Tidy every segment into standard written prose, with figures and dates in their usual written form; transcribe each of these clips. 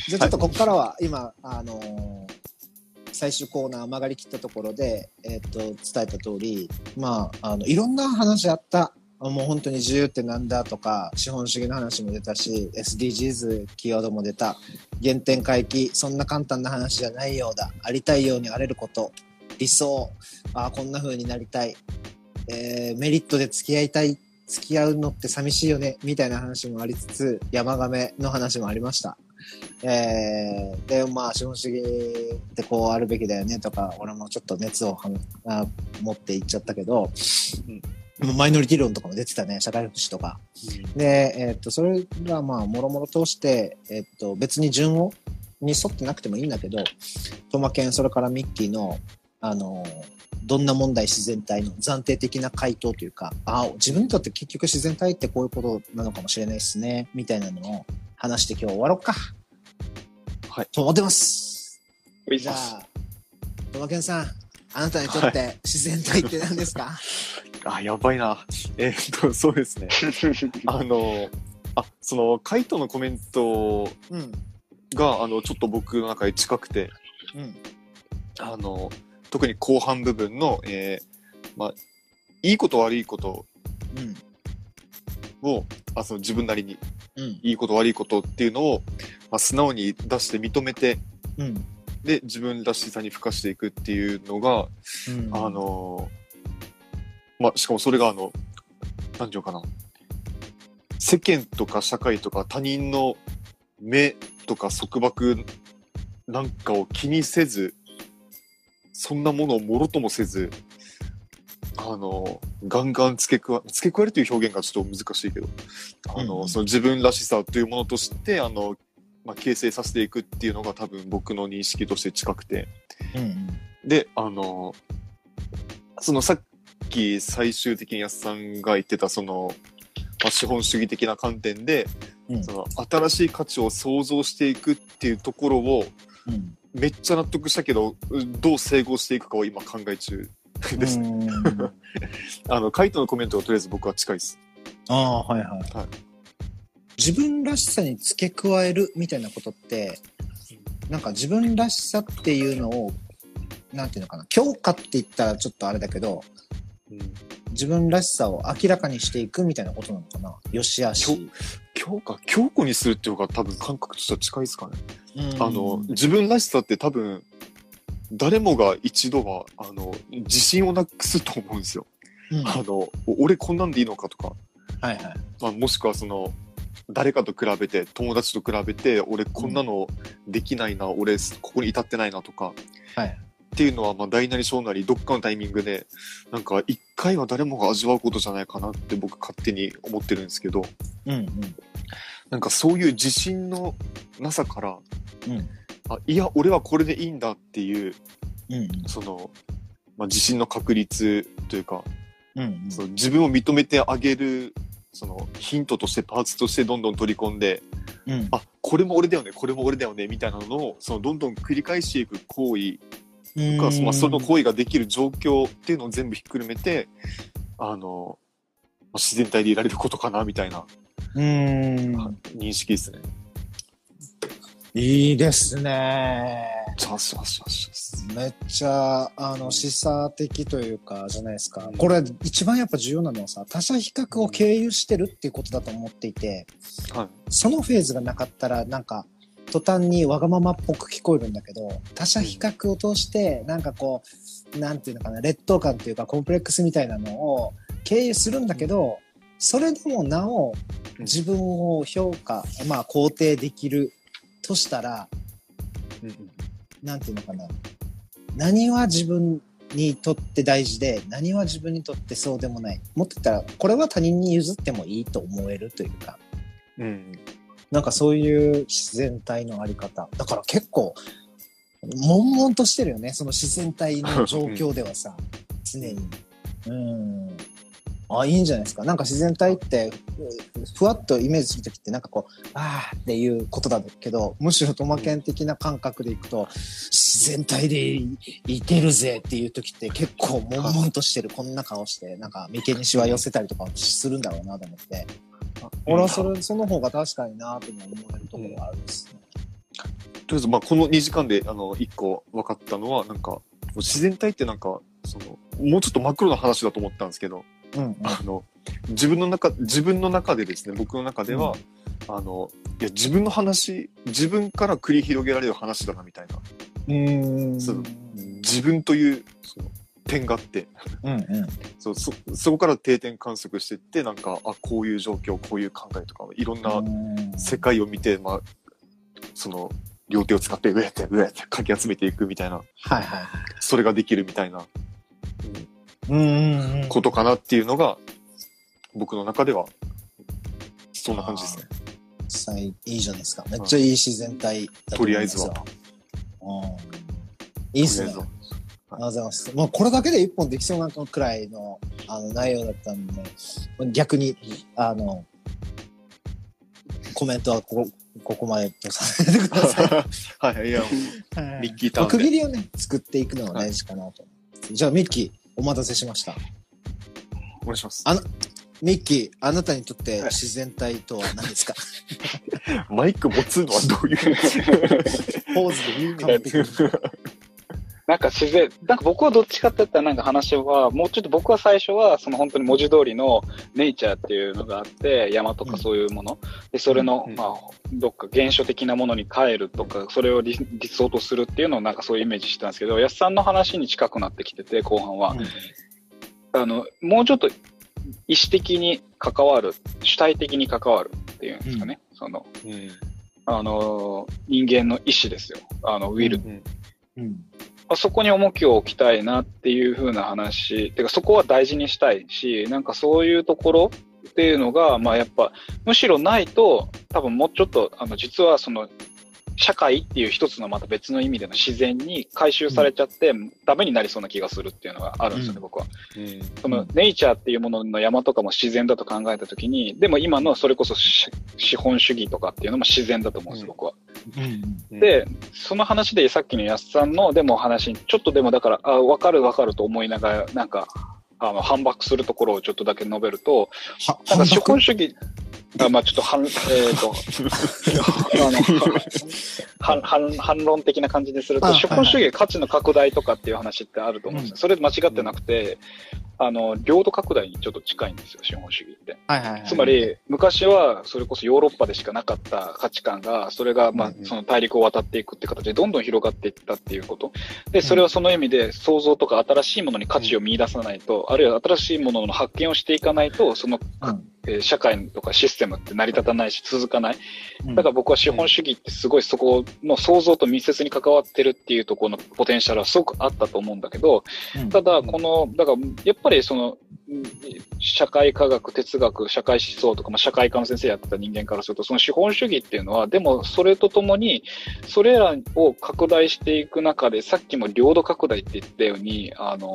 じゃあちょっとここからは今、最終コーナー曲がりきったところで、伝えた通り、いろんな話あった。もう本当に自由ってなんだとか、資本主義の話も出たし、SDGs キーワードも出た。原点回帰、そんな簡単な話じゃないようだ。ありたいようにあれること。理想。こんな風になりたい。メリットで付き合いたい。付き合うのって寂しいよね。みたいな話もありつつ、山亀の話もありました。で、資本主義ってこうあるべきだよねとか、俺もちょっと熱を持っていっちゃったけど、マイノリティ論とかも出てたね、社会福祉とか。で、それがもろもろ通して、別に順に沿ってなくてもいいんだけど、トマケン、それからミッキーの、どんな問題自然体の暫定的な回答というか、自分にとって結局自然体ってこういうことなのかもしれないですね、みたいなのを話して今日終わろうか。はい。と思ってます。じゃあ、トマケンさん、あなたにとって自然体って何ですか？ やばいな。そうですね。その、カイトのコメントが、ちょっと僕の中で近くて、特に後半部分の、いいこと悪いことを、その自分なりに、いいこと悪いことっていうのを、素直に出して認めて、で、自分らしさに付加していくっていうのが、しかもそれがなんていうかな。世間とか社会とか他人の目とか束縛なんかを気にせず、そんなものをもろともせず、ガンガン付け加えるという表現がちょっと難しいけど、その自分らしさというものとして、形成させていくっていうのが多分僕の認識として近くて。で、そのさっき最終的に安さんが言ってたその、資本主義的な観点で、その新しい価値を創造していくっていうところを、めっちゃ納得したけど、どう整合していくかを今考え中ですね。カイトのコメントがとりあえず僕は近いです。 はい。自分らしさに付け加えるみたいなことって、なんか自分らしさっていうのを、なんていうのかな、強化って言ったらちょっとあれだけど、自分らしさを明らかにしていくみたいなことなのかな。よしあし。 強固にするっていうのが多分感覚としては近いですかね。自分らしさって多分、誰もが一度は、自信をなくすと思うんですよ。俺こんなんでいいのかとか。もしくはその、誰かと比べて、友達と比べて、俺こんなのできないな、俺ここに至ってないなとか。っていうのは、大なり小なり、どっかのタイミングで、なんか一回は誰もが味わうことじゃないかなって僕勝手に思ってるんですけど、なんかそういう自信のなさから、いや、俺はこれでいいんだっていう、その、自信の確率というか、その自分を認めてあげる、そのヒントとしてパーツとしてどんどん取り込んで、これも俺だよね、これも俺だよね、みたいなのを、そのどんどん繰り返していく行為とか、その行為ができる状況っていうのを全部ひっくるめて、自然体でいられることかな、みたいな、認識ですね。 いいですね。めっちゃ、示唆的というか、じゃないですか。これ、一番やっぱ重要なのはさ、他者比較を経由してるっていうことだと思っていて、そのフェーズがなかったら、なんか、途端にわがままっぽく聞こえるんだけど、他者比較を通して、なんかこう、なんていうのかな、劣等感というか、コンプレックスみたいなのを経由するんだけど、それでもなお、自分を評価、肯定できるとしたら、なんていうのかな。何は自分にとって大事で、何は自分にとってそうでもない。もっと言ったら、これは他人に譲ってもいいと思えるというか。なんかそういう自然体のあり方。だから結構、悶々としてるよね。その自然体の状況ではさ、常に。いいんじゃないですか。なんか自然体って、ふわっとイメージするときってなんかこう、っていうことだけど、むしろトマケン的な感覚でいくと、自然体でいてるぜっていうときって結構悶々としてる、こんな顔して、なんか眉間にシワ寄せたりとかするんだろうなと思って。俺はその方が確かになと思えるところがあるんですね。 りあえず、まあ、この2時間で、一個分かったのは、なんか、自然体ってなんか、もうちょっと真っ黒な話だと思ったんですけど、 うんうん、 自分の中でですね、僕の中では、いや、自分から繰り広げられる話だな、みたいな。自分という、点があって、うんうん、そこから定点観測していって、なんか、こういう状況、こういう考えとか、いろんな世界を見て、まあ、両手を使って、うえってかき集めていくみたいな、 はいはい、 それができるみたいな、ことかなっていうのが、僕の中では、そんな感じですね。 いいじゃないですか。めっちゃいい自然体だととりあえずは。 いいっすね。ありがとうございます。まあ、これだけで一本できそうなくらいの、内容だったんで、逆に、コメントはここまでとさせてください。 はい、いや、ミッキーターンで。 区切りをね、作っていくのが大事かなと。じゃあ、ミッキー、お待たせしました。 お願いします。 ミッキー、あなたにとって自然体とは何ですか？ マイク持つのはどういうポーズで言うみたいな。 なんかなんか僕はどっちかって言ったらなんか話は、もうちょっと僕は最初は本当に文字通りのネイチャーっていうのがあって、山とかそういうもの。で、それの、まあ、どっか原初的なものに変えるとか、それを理想とするっていうのをなんかそういうイメージしてたんですけど、安さんの話に近くなってきてて、後半は。もうちょっと意思的に関わる、主体的に関わるっていうんですかね。人間の意思ですよ。ウィル。そこに重きを置きたいなっていう風な話。てかそこは大事にしたいし、なんかそういうところっていうのが、まあやっぱ、むしろないと、多分もうちょっと、実は社会っていう一つのまた別の意味での自然に回収されちゃって、ダメになりそうな気がするっていうのがあるんですよね、僕は。ネイチャーっていうものの山とかも自然だと考えたときに、でも今のそれこそ資本主義とかっていうのも自然だと思うんです、僕は。で、その話でさっきの安さんのでも話に、ちょっとでもだから、わかると思いながら、なんか、反駁するところをちょっとだけ述べると、なんか資本主義、まあちょっと反論的な感じですると、資本主義価値の拡大とかっていう話ってあると思うんですよ。それ間違ってなくて、領土拡大にちょっと近いんですよ、資本主義って。つまり、昔はそれこそヨーロッパでしかなかった価値観が、それが、まあ、その大陸を渡っていくって形でどんどん広がっていったっていうこと。で、それはその意味で創造とか新しいものに価値を見出さないと、あるいは新しいものの発見をしていかないと、社会とかシステムって成り立たないし続かない。だから僕は資本主義ってすごいそこの創造と密接に関わってるっていうところのポテンシャルはすごくあったと思うんだけど、ただだからやっぱり社会科学、哲学、社会思想とか、まあ、社会科の先生やってた人間からすると、その資本主義っていうのは、でもそれとともに、それらを拡大していく中で、さっきも領土拡大って言ったように、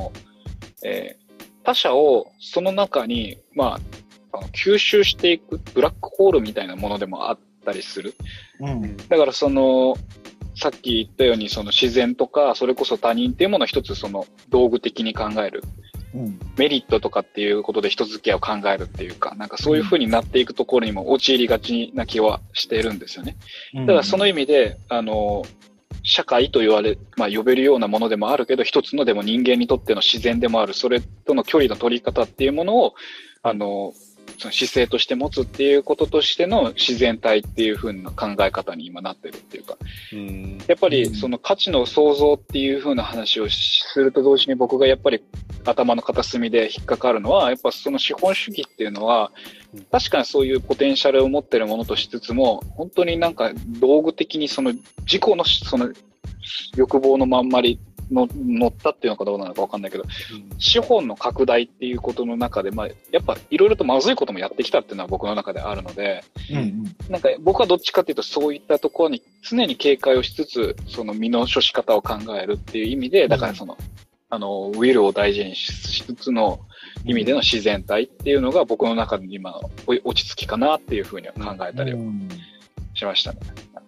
他者をその中に、まあ、吸収していくブラックホールみたいなものでもあったりする。だからさっき言ったように自然とかそれこそ他人っていうものを一つ道具的に考える、メリットとかっていうことで人付き合いを考えるっていうか、なんかそういう風になっていくところにも陥りがちな気はしているんですよね。だからその意味で社会とまあ呼べるようなものでもあるけど、一つのでも人間にとっての自然でもある、それとの距離の取り方っていうものをその姿勢として持つっていうこととしての自然体っていう風な考え方に今なってるっていうか、やっぱりその価値の創造っていう風な話をすると同時に僕がやっぱり頭の片隅で引っかかるのは、やっぱその資本主義っていうのは確かにそういうポテンシャルを持ってるものとしつつも、本当になんか道具的に自己の欲望のまんまり乗ったっていうのかどうなのか分かんないけど、資本の拡大っていうことの中で、まあ、やっぱいろいろとまずいこともやってきたっていうのは僕の中であるので、なんか僕はどっちかっていうとそういったところに常に警戒をしつつ、身の処し方を考えるっていう意味で、だからウィルを大事にしつつの意味での自然体っていうのが僕の中で今の落ち着きかなっていうふうには考えたりはしましたね。なんか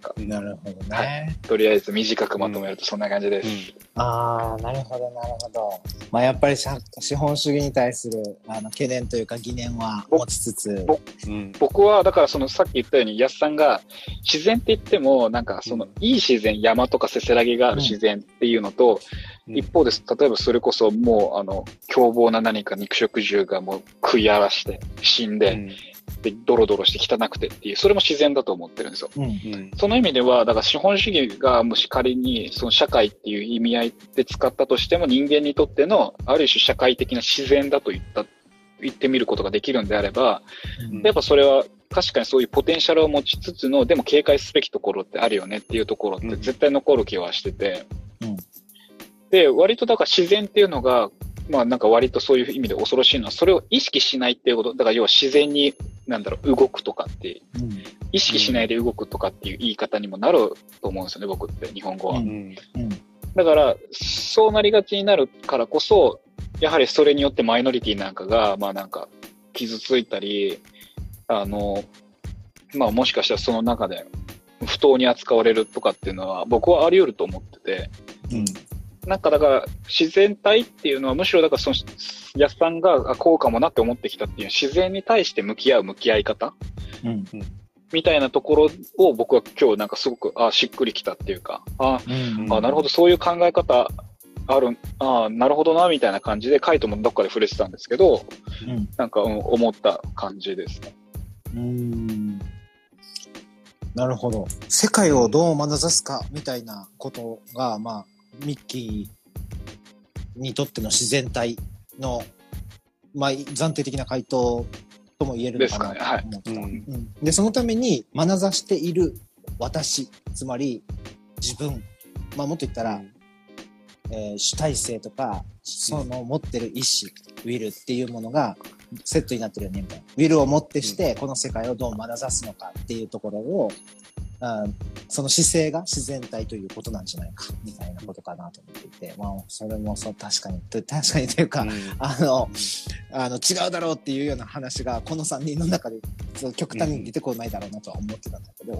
か。 なるほどね。 はい。とりあえず短くまとめるとそんな感じです。 ああ、なるほど、なるほど。まあ、やっぱり資本主義に対する懸念というか疑念は持ちつつ。 僕は、だからさっき言ったように、安さんが自然って言っても、なんかいい自然、山とかせせらぎがある自然っていうのと、一方です。例えばそれこそもう、凶暴な何か肉食獣がもう食い荒らして死んで、で、ドロドロして汚くてっていう、それも自然だと思ってるんですよ。その意味では、だから資本主義がもし仮にその社会っていう意味合いで使ったとしても、人間にとってのある種社会的な自然だと言ってみることができるんであれば、やっぱそれは確かにそういうポテンシャルを持ちつつの、でも警戒すべきところってあるよねっていうところって絶対残る気はしてて、で、割とだから自然っていうのが、まあなんか割とそういう意味で恐ろしいのは、それを意識しないっていうこと、だから要は自然に、動くとかって、意識しないで動くとかっていう言い方にもなると思うんですよね、僕って、日本語は。だから、そうなりがちになるからこそ、やはりそれによってマイノリティなんかが、まあなんか、傷ついたり、まあもしかしたらその中で不当に扱われるとかっていうのは僕はあり得ると思ってて、なんかだから自然体っていうのはむしろだから安さんがこうかもなって思ってきたっていう自然に対して向き合い方、みたいなところを僕は今日なんかすごくしっくりきたっていうか、なるほどそういう考え方ある、なるほどなみたいな感じでカイトもどっかで触れてたんですけど、なんか、思った感じですね。 なるほど。世界をどう眼差すかみたいなことがまあミッキーにとっての自然体の、まあ、暫定的な回答とも言えるのかなと思ってた。で、そのために眼差している私、つまり自分、まあもっと言ったら、主体性とか、その持ってる意志、ウィルっていうものがセットになってるよね、みたいな。ウィルをもってして、この世界をどう眼差すのかっていうところを、その姿勢が自然体ということなんじゃないかみたいなことかなと思っていて、まあそれも確かにというか、違うだろうっていうような話がこの3人の中で極端に出てこないだろうなとは思ってたんだけど、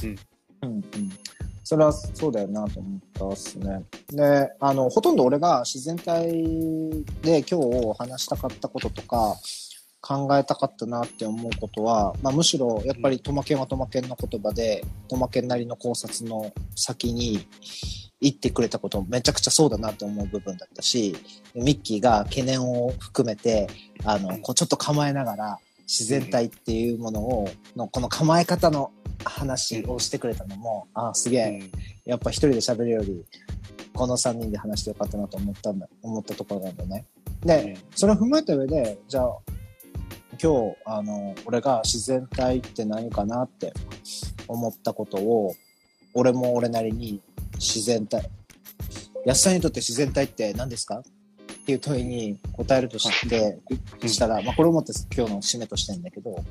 それはそうだよなと思ったっすね。で、ほとんど俺が自然体で今日話したかったこととか考えたかったなって思うことは、まあ、むしろやっぱりトマケンはトマケンの言葉で、トマケンなりの考察の先に言ってくれたことめちゃくちゃそうだなって思う部分だったし、ミッキーが懸念を含めてこうちょっと構えながら自然体っていうもののこの構え方の話をしてくれたのも、すげえ、やっぱ一人で喋るよりこの3人で話してよかったなと思ったところなんだよね。で、それを踏まえた上で、じゃあ今日俺が自然体って何かなって思ったことを、俺も俺なりに自然体、安さんにとって自然体って何ですかっていう問いに答えるとしたら、まあこれをもって今日の締めとしてんだけど、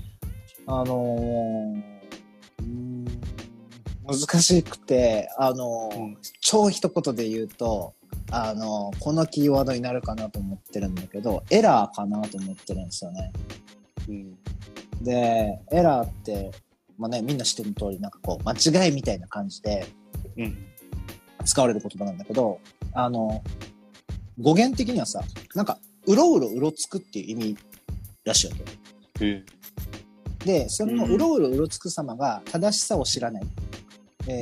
難しくて超一言で言うとこのキーワードになるかなと思ってるんだけど、エラーかなと思ってるんですよね。で、エラーって、まあね、みんな知ってる通り、なんかこう、間違いみたいな感じで、使われる言葉なんだけど、語源的にはさ、なんか、うろつくっていう意味らしいわけ。で、そのうろつく様が正しさを知らない、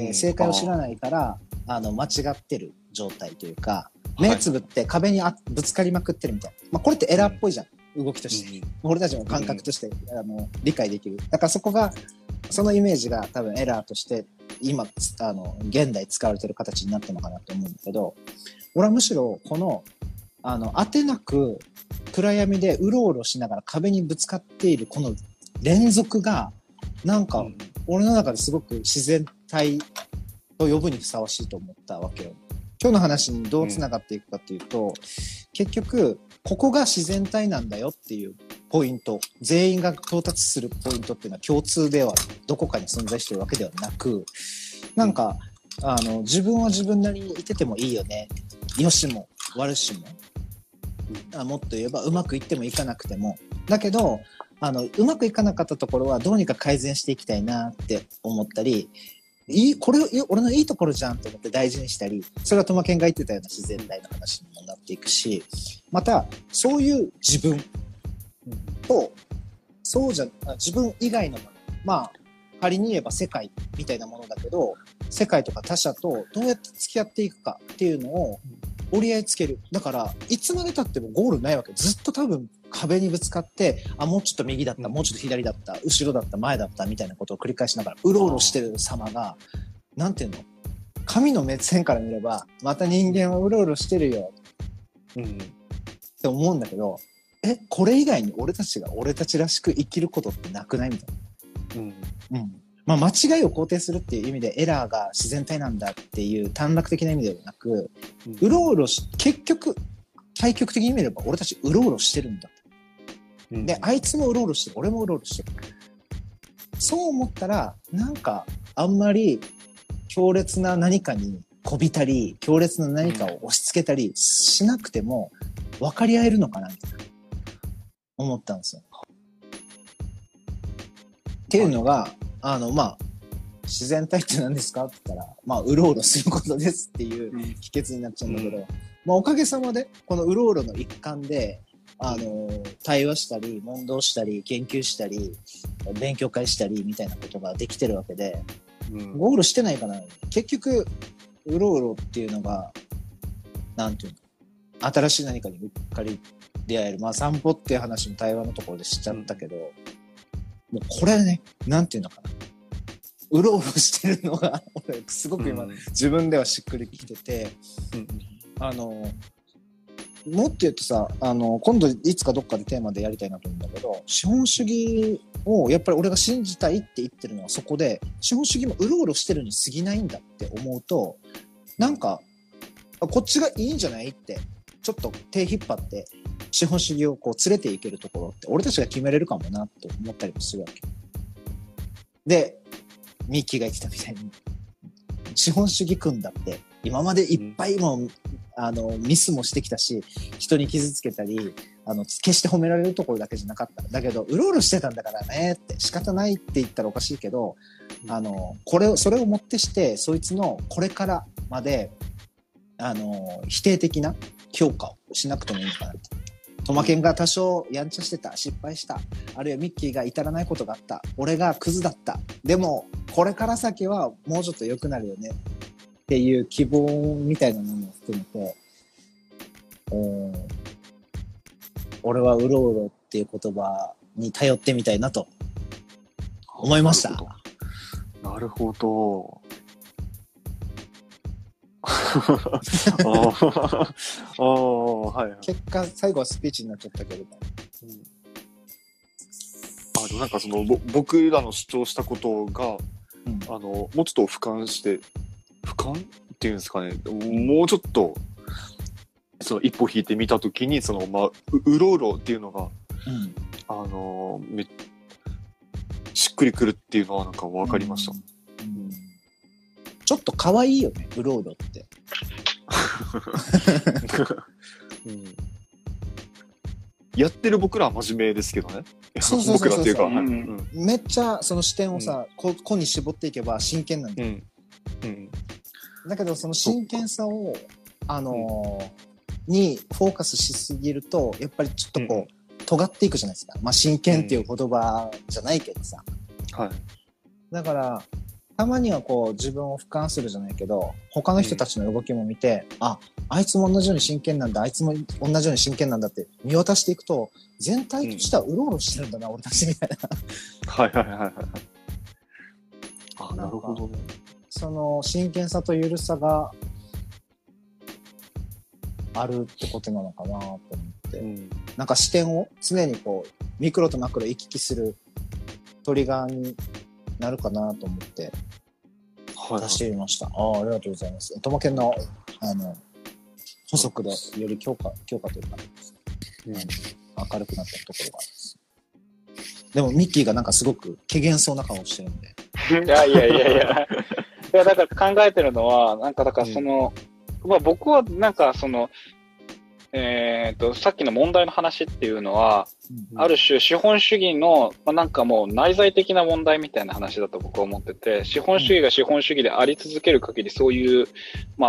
正解を知らないから、間違ってる状態というか、目つぶって壁にぶつかりまくってるみたいな。まあ、これってエラーっぽいじゃん。動きとして。俺たちも感覚として、理解できる。だからそのイメージが多分エラーとして、今、現代使われてる形になってるのかなと思うんだけど、俺はむしろ、この、当てなく、暗闇でうろしながら壁にぶつかっているこの連続が、なんか、俺の中ですごく自然体と呼ぶにふさわしいと思ったわけよ。今日の話にどうつながっていくかっていうと、結局、ここが自然体なんだよっていうポイント、全員が到達するポイントっていうのは共通ではどこかに存在しているわけではなく、なんか、自分は自分なりにいててもいいよね。良しも悪しも。もっと言えばうまくいってもいかなくても。だけど、うまくいかなかったところはどうにか改善していきたいなって思ったり、 俺のいいところじゃんと思って大事にしたり、それはトマケンが言ってたような自然体の話にもなっていくし、また、そういう自分と、自分以外のもの、まあ、仮に言えば世界みたいなものだけど、世界とか他者とどうやって付き合っていくかっていうのを折り合いつける。だから、いつまで経ってもゴールないわけ。ずっと多分壁にぶつかって、もうちょっと右だった、もうちょっと左だった、後ろだった、前だったみたいなことを繰り返しながら、うろうろしてる様が、なんていうの？神の目線から見れば、また人間はうろうろしてるよ。って思うんだけど、これ以外に俺たちが俺たちらしく生きることってなくないみたいな。まあ、間違いを肯定するっていう意味でエラーが自然体なんだっていう短絡的な意味ではなく、うろうろ結局、対極的に見れば俺たちうろうろしてるんだ。で、あいつもうろうろしてる。俺もうろうろしてる。そう思ったら、なんか、あんまり強烈な何かにこびたり、強烈な何かを押し付けたりしなくても分かり合えるのかな、みたいな。思ったんですよ。っていうのが、まあ、自然体って何ですかって言ったら、まあ、うろうろすることですっていう秘訣になっちゃうんだけど、まあ、おかげさまで、このうろうろの一環で、対話したり、問答したり、研究したり、勉強会したり、みたいなことができてるわけで、ゴールしてないかな。結局、うろうろっていうのが、なんていうの、新しい何かにうっかり出会える。まあ、散歩っていう話も対話のところでしちゃったけど、もうこれね、なんていうのかな。うろうろしてるのが、俺、すごく今、自分ではしっくりきてて、もっと言うとさ、今度いつかどっかでテーマでやりたいなと思うんだけど、資本主義をやっぱり俺が信じたいって言ってるのはそこで、資本主義もうろうろしてるに過ぎないんだって思うと、なんか、こっちがいいんじゃないって、ちょっと手引っ張って、資本主義をこう連れていけるところって、俺たちが決めれるかもなと思ったりもするわけ。で、ミッキーが言ってたみたいに、資本主義君だって、今までいっぱいもう、ミスもしてきたし、人に傷つけたり、決して褒められるところだけじゃなかった。だけど、うろうろしてたんだからねって、仕方ないって言ったらおかしいけど、それをもってして、そいつのこれからまで、否定的な評価をしなくてもいいのかなって。トマケンが多少やんちゃしてた、失敗した、あるいはミッキーが至らないことがあった、俺がクズだった。でも、これから先はもうちょっと良くなるよね。っていう希望みたいなものを含めて、俺はうろうろっていう言葉に頼ってみたいなと思いました。 なるほど。はいはい、 結果、最後はスピーチになっちゃったけど。 でもなんかその僕らの主張したことが、もうちょっと俯瞰っていうんですかね、もうちょっとその一歩引いてみたときに、そのうろうろっていうのが、しっくりくるっていうのはなんか分かりました。 ちょっと可愛いよね、うろうろって。 やってる僕らは真面目ですけどね。 そう僕らっていうか、 めっちゃその視点をさ、個に絞っていけば真剣なんだよ。だけどその真剣さをにフォーカスしすぎるとやっぱりちょっとこう尖っていくじゃないですか。まあ真剣っていう言葉じゃないけどさ。だからたまにはこう自分を俯瞰するじゃないけど、他の人たちの動きも見て、あいつも同じように真剣なんだ、あいつも同じように真剣なんだって見渡していくと、全体としてはうろうろしてるんだな、俺たちみたいな。 なるほどね。 その真剣さとゆるさがあるってことなのかなと思って、なんか視点を常にこうミクロとマクロ行き来するトリガーになるかなと思って出してみました。ありがとうございます。トマケンの補足でより強化というか、明るくなったところがあります。でもミッキーがなんかすごく怪訝そうな顔をしてるんで。 いやだから考えてるのはなんかだからその、僕はなんかそのさっきの問題の話っていうのは、 うんある種資本主義の、なんかもう内在的な問題みたいな話だと僕は思ってて、資本主義が資本主義であり続ける限り、そういう、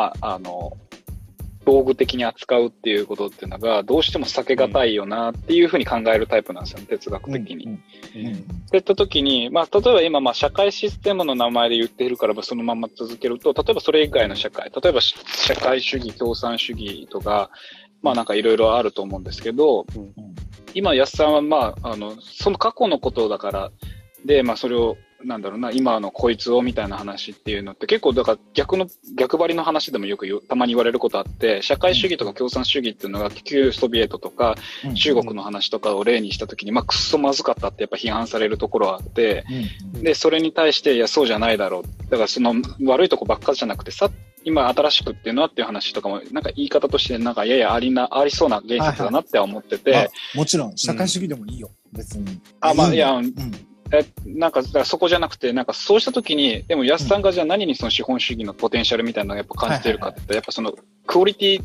道具的に扱うっていうことっていうのが、どうしても避けがたいよなっていうふうに考えるタイプなんですよね、哲学的に。っていった時に、例えば今、社会システムの名前で言っているから、そのまま続けると、例えばそれ以外の社会、例えば社会主義、共産主義とか、なんかいろいろあると思うんですけど、今、安さんは、その過去のことだから、で、それを、今のこいつをみたいな話っていうのって結構、だから逆張りの話でもよくたまに言われることあって、社会主義とか共産主義っていうのが旧ソビエトとか中国の話とかを例にしたときに、くっそまずかったってやっぱ批判されるところはあって、で、それに対して、いや、そうじゃないだろう。だからその悪いとこばっかじゃなくて、今新しくっていうのはっていう話とかも、なんか言い方としてなんかややありそうな現実だなって思ってて。 もちろん、社会主義でもいいよ、別に。 なんか、そこじゃなくて、なんかそうしたときに、でも安さんがじゃあ何にその資本主義のポテンシャルみたいなのをやっぱ感じているかって、やっぱそのクオリティ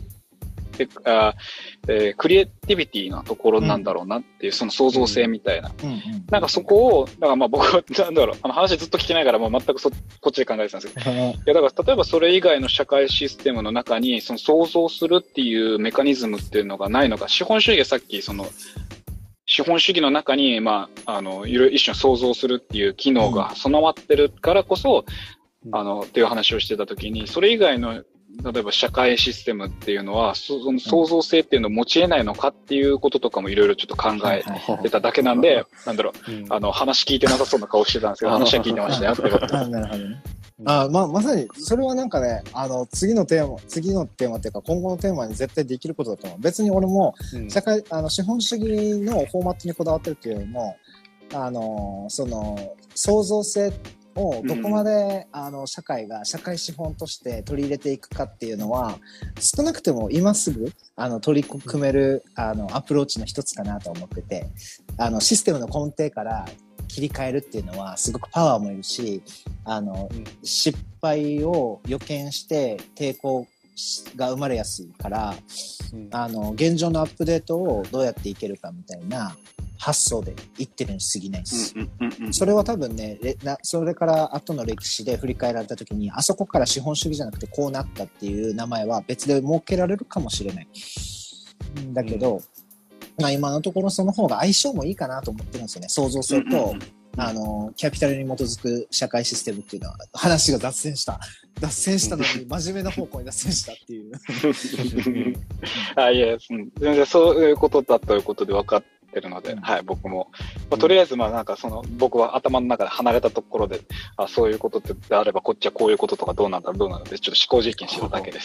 クリエイティビティなところなんだろうなっていう、その創造性みたいな。なんかそこを、だから僕は、話ずっと聞けないから、全くこっちで考えてたんですけど。いや、だから例えばそれ以外の社会システムの中に、その創造するっていうメカニズムっていうのがないのか、資本主義がさっき資本主義の中に、一種創造するっていう機能が備わってるからこそ、っていう話をしてたときに、それ以外の、例えば社会システムっていうのは、その創造性っていうのを持ち得ないのかっていうこととかもいろいろちょっと考えてただけなんで、話聞いてなさそうな顔してたんですけど、話は聞いてましたよってこと。 なるほどね。まさに、それはなんかね、次のテーマっていうか、今後のテーマに絶対できることだと思う。別に俺も、資本主義のフォーマットにこだわってるっていうよりも、その、創造性をどこまで、社会資本として取り入れていくかっていうのは、少なくても今すぐ、取り組める、アプローチの一つかなと思ってて、システムの根底から切り替えるっていうのはすごくパワーもいるし、失敗を予見して抵抗が生まれやすいから、現状のアップデートをどうやっていけるかみたいな発想で言ってるに過ぎないです。それは多分ね、それから後の歴史で振り返られた時に、あそこから資本主義じゃなくてこうなったっていう名前は別で設けられるかもしれない。だけど、今のところその方が相性もいいかなと思ってるんですよね。創造性と、キャピタルに基づく社会システムっていうのは、話が脱線したのに、真面目な方向に脱線したっていう。 いや、全然そういうことだということで分かってるので、はい、僕も。とりあえず、なんか僕は頭の中で離れたところで、そういうことであれば、こっちはこういうこととかどうなんだろうって、ちょっと思考実験してるだけです。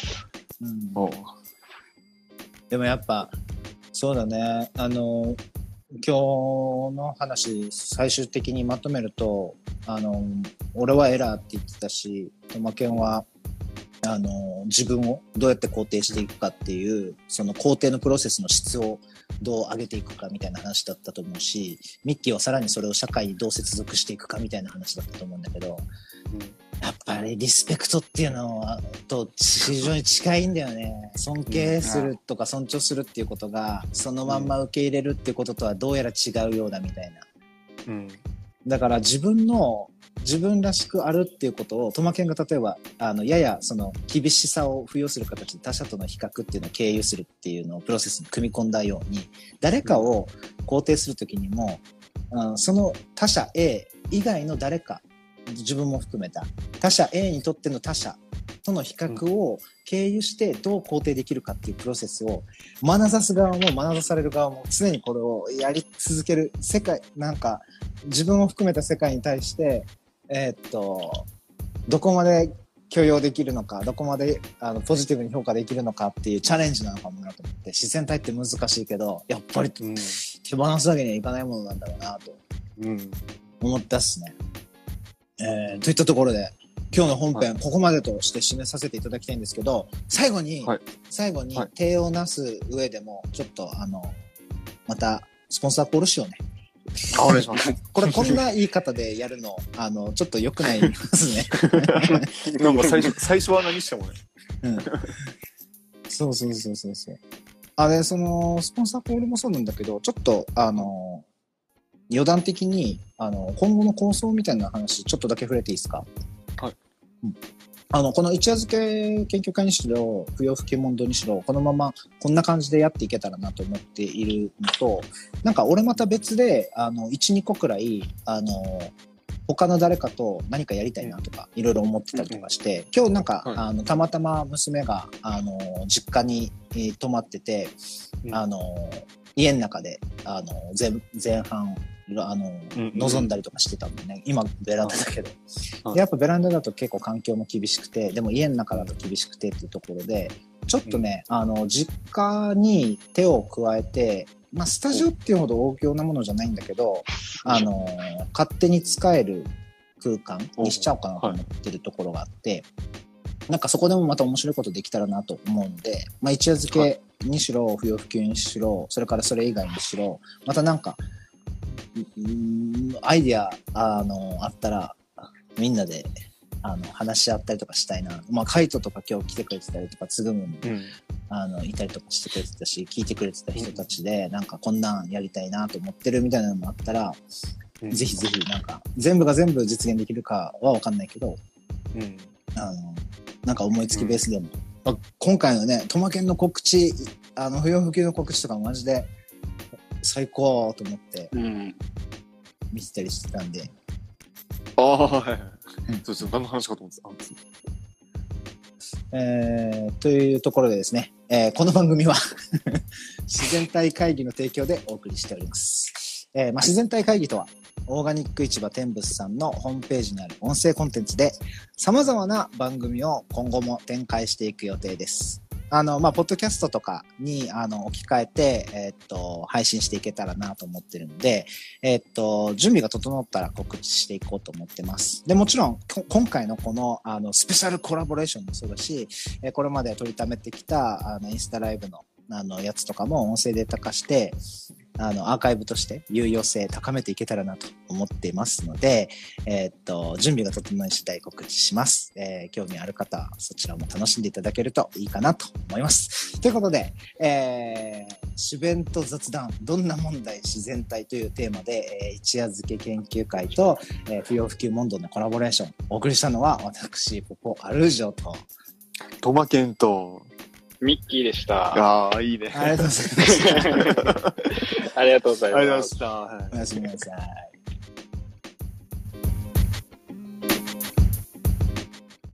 でもやっぱ、そうだね。今日の話、最終的にまとめると、俺はエラーって言ってたし、トマケンは、自分をどうやって肯定していくかっていう、その肯定のプロセスの質をどう上げていくかみたいな話だったと思うし、ミッキーはさらにそれを社会にどう接続していくかみたいな話だったと思うんだけど、やっぱりリスペクトっていうのはと非常に近いんだよね。尊敬するとか尊重するっていうことがそのまんま受け入れるっていうこととはどうやら違うようだみたいな。だから自分らしくあるっていうことをトマケンが例えばややその厳しさを付与する形で他者との比較っていうのを経由するっていうのをプロセスに組み込んだように、誰かを肯定するときにも、その他者 A 以外の誰か、自分も含めた他者 A にとっての他者との比較を経由してどう肯定できるかっていうプロセスを眼差す側も眼差される側も常にこれをやり続ける世界、なんか自分を含めた世界に対してどこまで許容できるのか、どこまでポジティブに評価できるのかっていうチャレンジなのかもなと思って、自然体って難しいけどやっぱり、手放すわけにはいかないものなんだろうなと思ったっすね。といったところで今日の本編、ここまでとして締めさせていただきたいんですけど、最後に手をなす上でもちょっとまたスポンサーコールしようね。 お願いします。 これこんな言い方でやるのちょっと良くないですね。 なんか最初は何してもね。 そう。 あれ、スポンサーコールもそうなんだけど、ちょっと、余談的に、今後の構想みたいな話、ちょっとだけ触れていいですか？ はい。 この一夜漬け研究会にしろ、不要不急問答にしろ、このままこんな感じでやっていけたらなと思っているのと、なんか俺また別で、1、2個くらい、他の誰かと何かやりたいなとか、いろいろ思ってたりとかして、今日なんか、 はい、 たまたま娘が、実家に、泊まってて、家の中で、前半、望んだりとかしてたんでね、今ベランダだけど、 はい、 でやっぱベランダだと結構環境も厳しくて、でも家の中だと厳しくてっていうところで、ちょっとね、実家に手を加えて、まあ、スタジオっていうほど大きなものじゃないんだけど、勝手に使える空間にしちゃおうかなと思ってるところがあって、なんかそこでもまた面白いことできたらなと思うので、まあ、一夜漬けにしろ、不要不急にしろ、それからそれ以外にしろ、またなんか、アイディア、あったら、みんなで、話し合ったりとかしたいな。まあ、カイトとか今日来てくれてたりとか、つぐむも、いたりとかしてくれてたし、聞いてくれてた人たちで、なんかこんなんやりたいなと思ってるみたいなのもあったら、ぜひぜひなんか、全部が全部実現できるかはわかんないけど、なんか思いつきベースでも。今回のね、トマケンの告知、不要不急の告知とかマジで最高と思って、見てたりしてたんで。 ああ、はいはい。そうです。何の話かと思ってた。というところでですね、この番組は自然体会議の提供でお送りしております。まあ、自然体会議とは、オーガニック市場天物さんのホームページにある音声コンテンツで様々な番組を今後も展開していく予定です。まあ、ポッドキャストとかに、置き換えて、配信していけたらなと思ってるので、準備が整ったら告知していこうと思ってます。で、もちろん、今回のこの、スペシャルコラボレーションもそうだし、これまで取りためてきた、インスタライブの、やつとかも音声データ化して、アーカイブとして有用性高めていけたらなと思っていますので、準備が整い次第告知します。興味ある方はそちらも楽しんでいただけるといいかなと思います。ということで、自然と雑談、どんな問題自然体というテーマで、一夜漬け研究会と、不要不急問答のコラボレーション、お送りしたのは私、ポポアルージョと、 トマケンと、 ミッキーでした。 ああ、いいね。 ありがとうございました。 ありがとうございます。 ありがとうございました。 おやすみなさい。